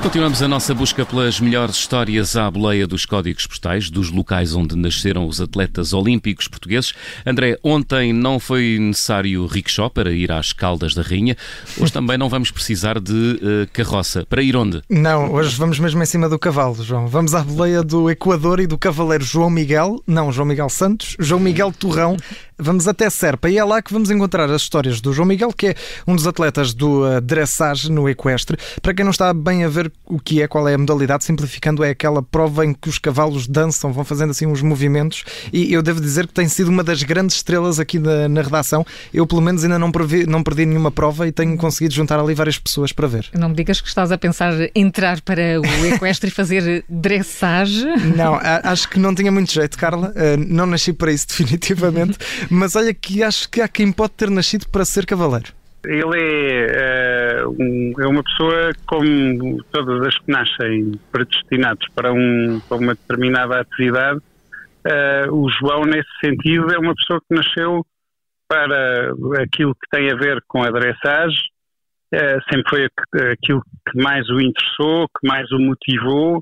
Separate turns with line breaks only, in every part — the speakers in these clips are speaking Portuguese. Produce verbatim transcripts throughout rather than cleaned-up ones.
Continuamos a nossa busca pelas melhores histórias à boleia dos códigos postais, dos locais onde nasceram os atletas olímpicos portugueses. André, ontem não foi necessário rickshaw para ir às Caldas da Rainha. Hoje também não vamos precisar de uh, carroça. Para ir onde?
Não, hoje vamos mesmo em cima do cavalo, João. Vamos à boleia do Equador e do cavaleiro João Miguel, não João Miguel Santos, João Miguel Torrão. Vamos até Serpa e é lá que vamos encontrar as histórias do João Miguel, que é um dos atletas do uh, dressage no equestre. Para quem não está bem a ver o que é, qual é a modalidade, simplificando, é aquela prova em que os cavalos dançam, vão fazendo assim uns movimentos, e eu devo dizer que tem sido uma das grandes estrelas aqui na, na redação. Eu pelo menos ainda não, previ, não perdi nenhuma prova e tenho conseguido juntar ali várias pessoas para ver.
Não me digas que estás a pensar entrar para o equestre e fazer dressage?
Não, acho que não tinha muito jeito, Carla. Não nasci para isso definitivamente, mas olha que acho que há quem pode ter nascido para ser cavaleiro.
Ele é, uh, um, é uma pessoa, como todas as que nascem predestinados para, um, para uma determinada atividade. Uh, o João, nesse sentido, é uma pessoa que nasceu para aquilo que tem a ver com a dressage. Uh, sempre foi aquilo que mais o interessou, que mais o motivou.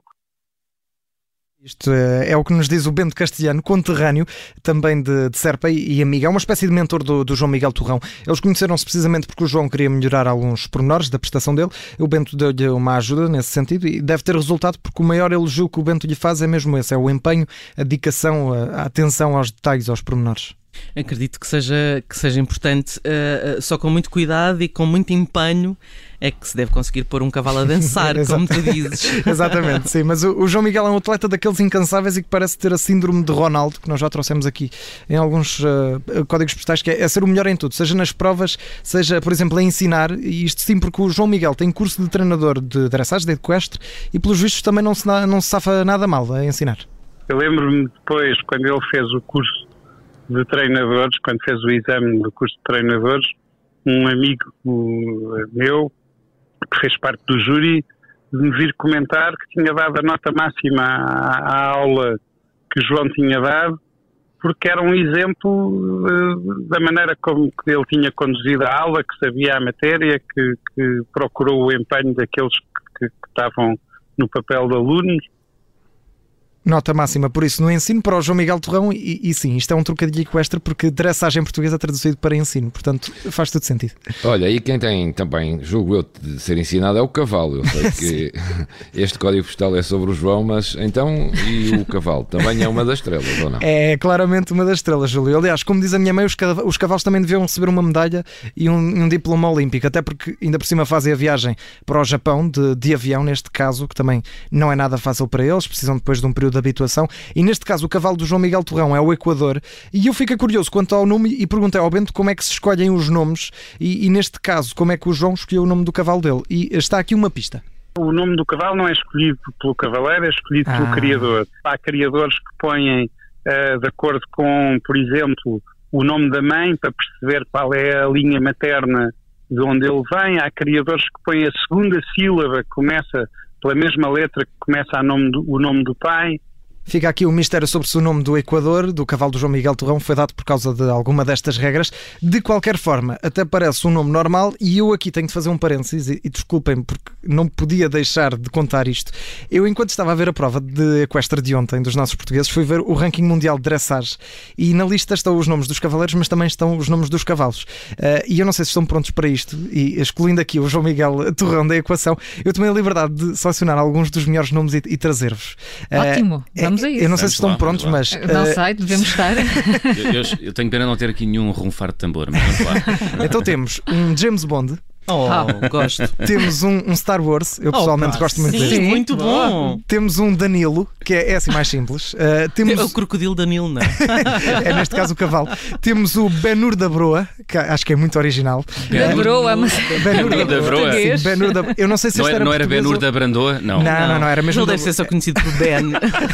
Isto é, é o que nos diz o Bento Castelhano, conterrâneo também de, de Serpa e, e amigo. É uma espécie de mentor do, do João Miguel Torrão. Eles conheceram-se precisamente porque o João queria melhorar alguns pormenores da prestação dele. O Bento deu-lhe uma ajuda nesse sentido e deve ter resultado, porque o maior elogio que o Bento lhe faz é mesmo esse, é o empenho, a dedicação, a, a atenção aos detalhes, aos pormenores.
Acredito que seja, que seja importante, uh, uh, só com muito cuidado e com muito empenho é que se deve conseguir pôr um cavalo a dançar, como tu dizes.
Exatamente, sim, mas o, o João Miguel é um atleta daqueles incansáveis e que parece ter a síndrome de Ronaldo, que nós já trouxemos aqui em alguns uh, códigos postais, que é, é ser o melhor em tudo, seja nas provas, seja, por exemplo, a ensinar, e isto sim porque o João Miguel tem curso de treinador de dressage, de equestre, e pelos vistos também não se, não se safa nada mal a ensinar.
Eu lembro-me depois, quando ele fez o curso de treinadores, quando fez o exame do curso de treinadores, um amigo meu, que fez parte do júri, de me vir comentar que tinha dado a nota máxima à, à aula que o João tinha dado, porque era um exemplo uh, da maneira como que ele tinha conduzido a aula, que sabia a matéria, que, que procurou o empenho daqueles que, que estavam no papel de alunos.
Nota máxima, por isso, no ensino para o João Miguel Torrão, e, e sim, isto é um trocadilho equestre, porque dressagem portuguesa é traduzido para ensino, portanto faz todo sentido.
Olha, e quem tem também, julgo eu, de ser ensinado é o cavalo. Eu sei que este código postal é sobre o João, mas então, e o cavalo? Também é uma das estrelas, ou não?
É claramente uma das estrelas, Júlio. Aliás, como diz a minha mãe, os cavalos, os cavalos também deviam receber uma medalha e um, um diploma olímpico, até porque ainda por cima fazem a viagem para o Japão, de, de avião, neste caso, que também não é nada fácil para eles, precisam depois de um período de habituação, e neste caso o cavalo do João Miguel Torrão é o Equador, e eu fiquei curioso quanto ao nome e perguntei ao Bento como é que se escolhem os nomes e, e neste caso como é que o João escolheu o nome do cavalo dele, e está aqui uma pista.
O nome do cavalo não é escolhido pelo cavaleiro, é escolhido ah. pelo criador. Há criadores que põem uh, de acordo com, por exemplo, o nome da mãe, para perceber qual é a linha materna de onde ele vem. Há criadores que põem a segunda sílaba, que começa pela mesma letra que começa a nome do, o nome do pai.
Fica aqui o mistério sobre se o nome do Equador, do cavalo do João Miguel Torrão, foi dado por causa de alguma destas regras. De qualquer forma, até parece um nome normal, e eu aqui tenho de fazer um parênteses, e, e desculpem-me porque não podia deixar de contar isto. Eu, enquanto estava a ver a prova de equestre de ontem dos nossos portugueses, fui ver o ranking mundial de dressage, e na lista estão os nomes dos cavaleiros, mas também estão os nomes dos cavalos. Uh, e eu não sei se estão prontos para isto, e excluindo aqui o João Miguel Torrão da equação, eu tomei a liberdade de selecionar alguns dos melhores nomes e, e trazer-vos.
Ótimo, uh, vamos a isso.
Eu não sei
vamos
se estão
lá,
prontos, mas...
Não uh... sei, devemos estar.
eu, eu, eu tenho pena não ter aqui nenhum ronfar de tambor, mas vamos lá.
Então temos um James Bond.
Oh, oh, gosto.
Temos um, um Star Wars, eu pessoalmente oh, gosto muito
sim,
deste.
Muito bom.
Temos um Danilo, que é, é assim mais simples. Uh, temos...
É o crocodilo Danilo, não é?
É neste caso o cavalo. Temos o Ben-Hur da Broa, que acho que é muito original.
Ben Broa, mas
Ben-Hur da Broa.
Sim, Ben-Hur da... Eu não sei se
não
este
era,
era
não era Ben-Hur da Brandoa? Não.
Não, não, não, não era mesmo.
Não deve ser só conhecido por Ben.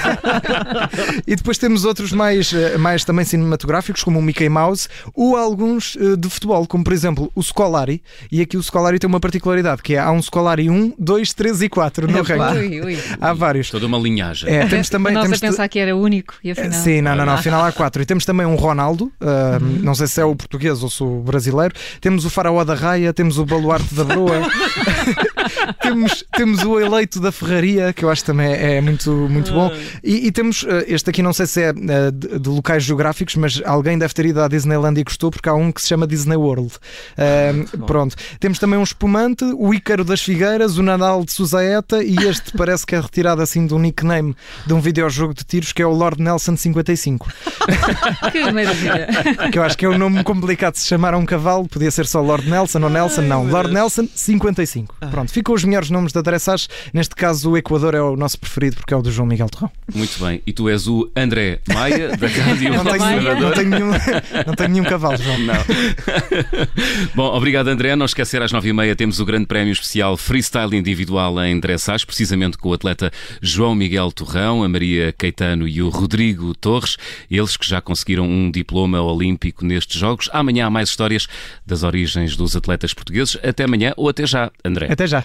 E depois temos outros mais, mais também cinematográficos, como o Mickey Mouse, ou alguns de futebol, como por exemplo o Scolari. E aqui o Scolari tem uma particularidade, que é há um Scolari um, dois, três e quatro no ranking.
Ui, ui.
Há vários.
Toda uma linhagem.
É, temos também,
Nós
temos
a pensar que era único e afinal...
Sim, não, não, não, afinal há quatro. E temos também um Ronaldo, uh, uhum. não sei se é o português ou se o brasileiro. Temos o Faraó da Raia, temos o Baluarte da Broa, temos, temos o eleito da Ferraria, que eu acho também é muito, muito bom. E, e temos, este aqui não sei se é de, de locais geográficos, mas alguém deve ter ido à Disneyland e gostou, porque há um que se chama Disney World. Uh, pronto. Temos também um espumante, o Ícaro das Figueiras, o Nadal de Suzaeta, e este parece que é retirado assim de um nickname de um videojogo de tiros, que é o Lord Nelson cinquenta e cinco.
Que maravilha.
Que eu acho que é um nome complicado de se chamar a um cavalo, podia ser só Lord Nelson ou Nelson, não, Lord Nelson cinquenta e cinco. Pronto, ficam os melhores nomes da dressage. Neste caso o Equador é o nosso preferido porque é o do João Miguel Torrão.
Muito bem, e tu és o André Maia da Rádio
não, tenho, não, tenho nenhum, não tenho nenhum cavalo, João.
Não. Bom, obrigado André, não esquecer às nove e meia temos o grande prémio especial Freestyle individual em dressage, precisamente com o atleta João Miguel Torrão, a Maria Caetano e o Rodrigo Torres, eles que já conseguiram um diploma olímpico nestes Jogos. Amanhã há mais histórias das origens dos atletas portugueses. Até amanhã ou até já, André.
Até já.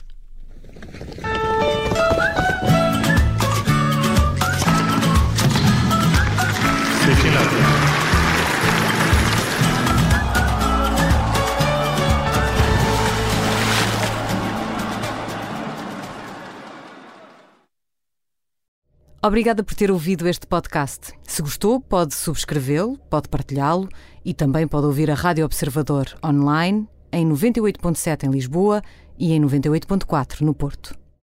Obrigada por ter ouvido este podcast. Se gostou, pode subscrevê-lo, pode partilhá-lo e também pode ouvir a Rádio Observador online em noventa e oito ponto sete em Lisboa e em noventa e oito ponto quatro no Porto.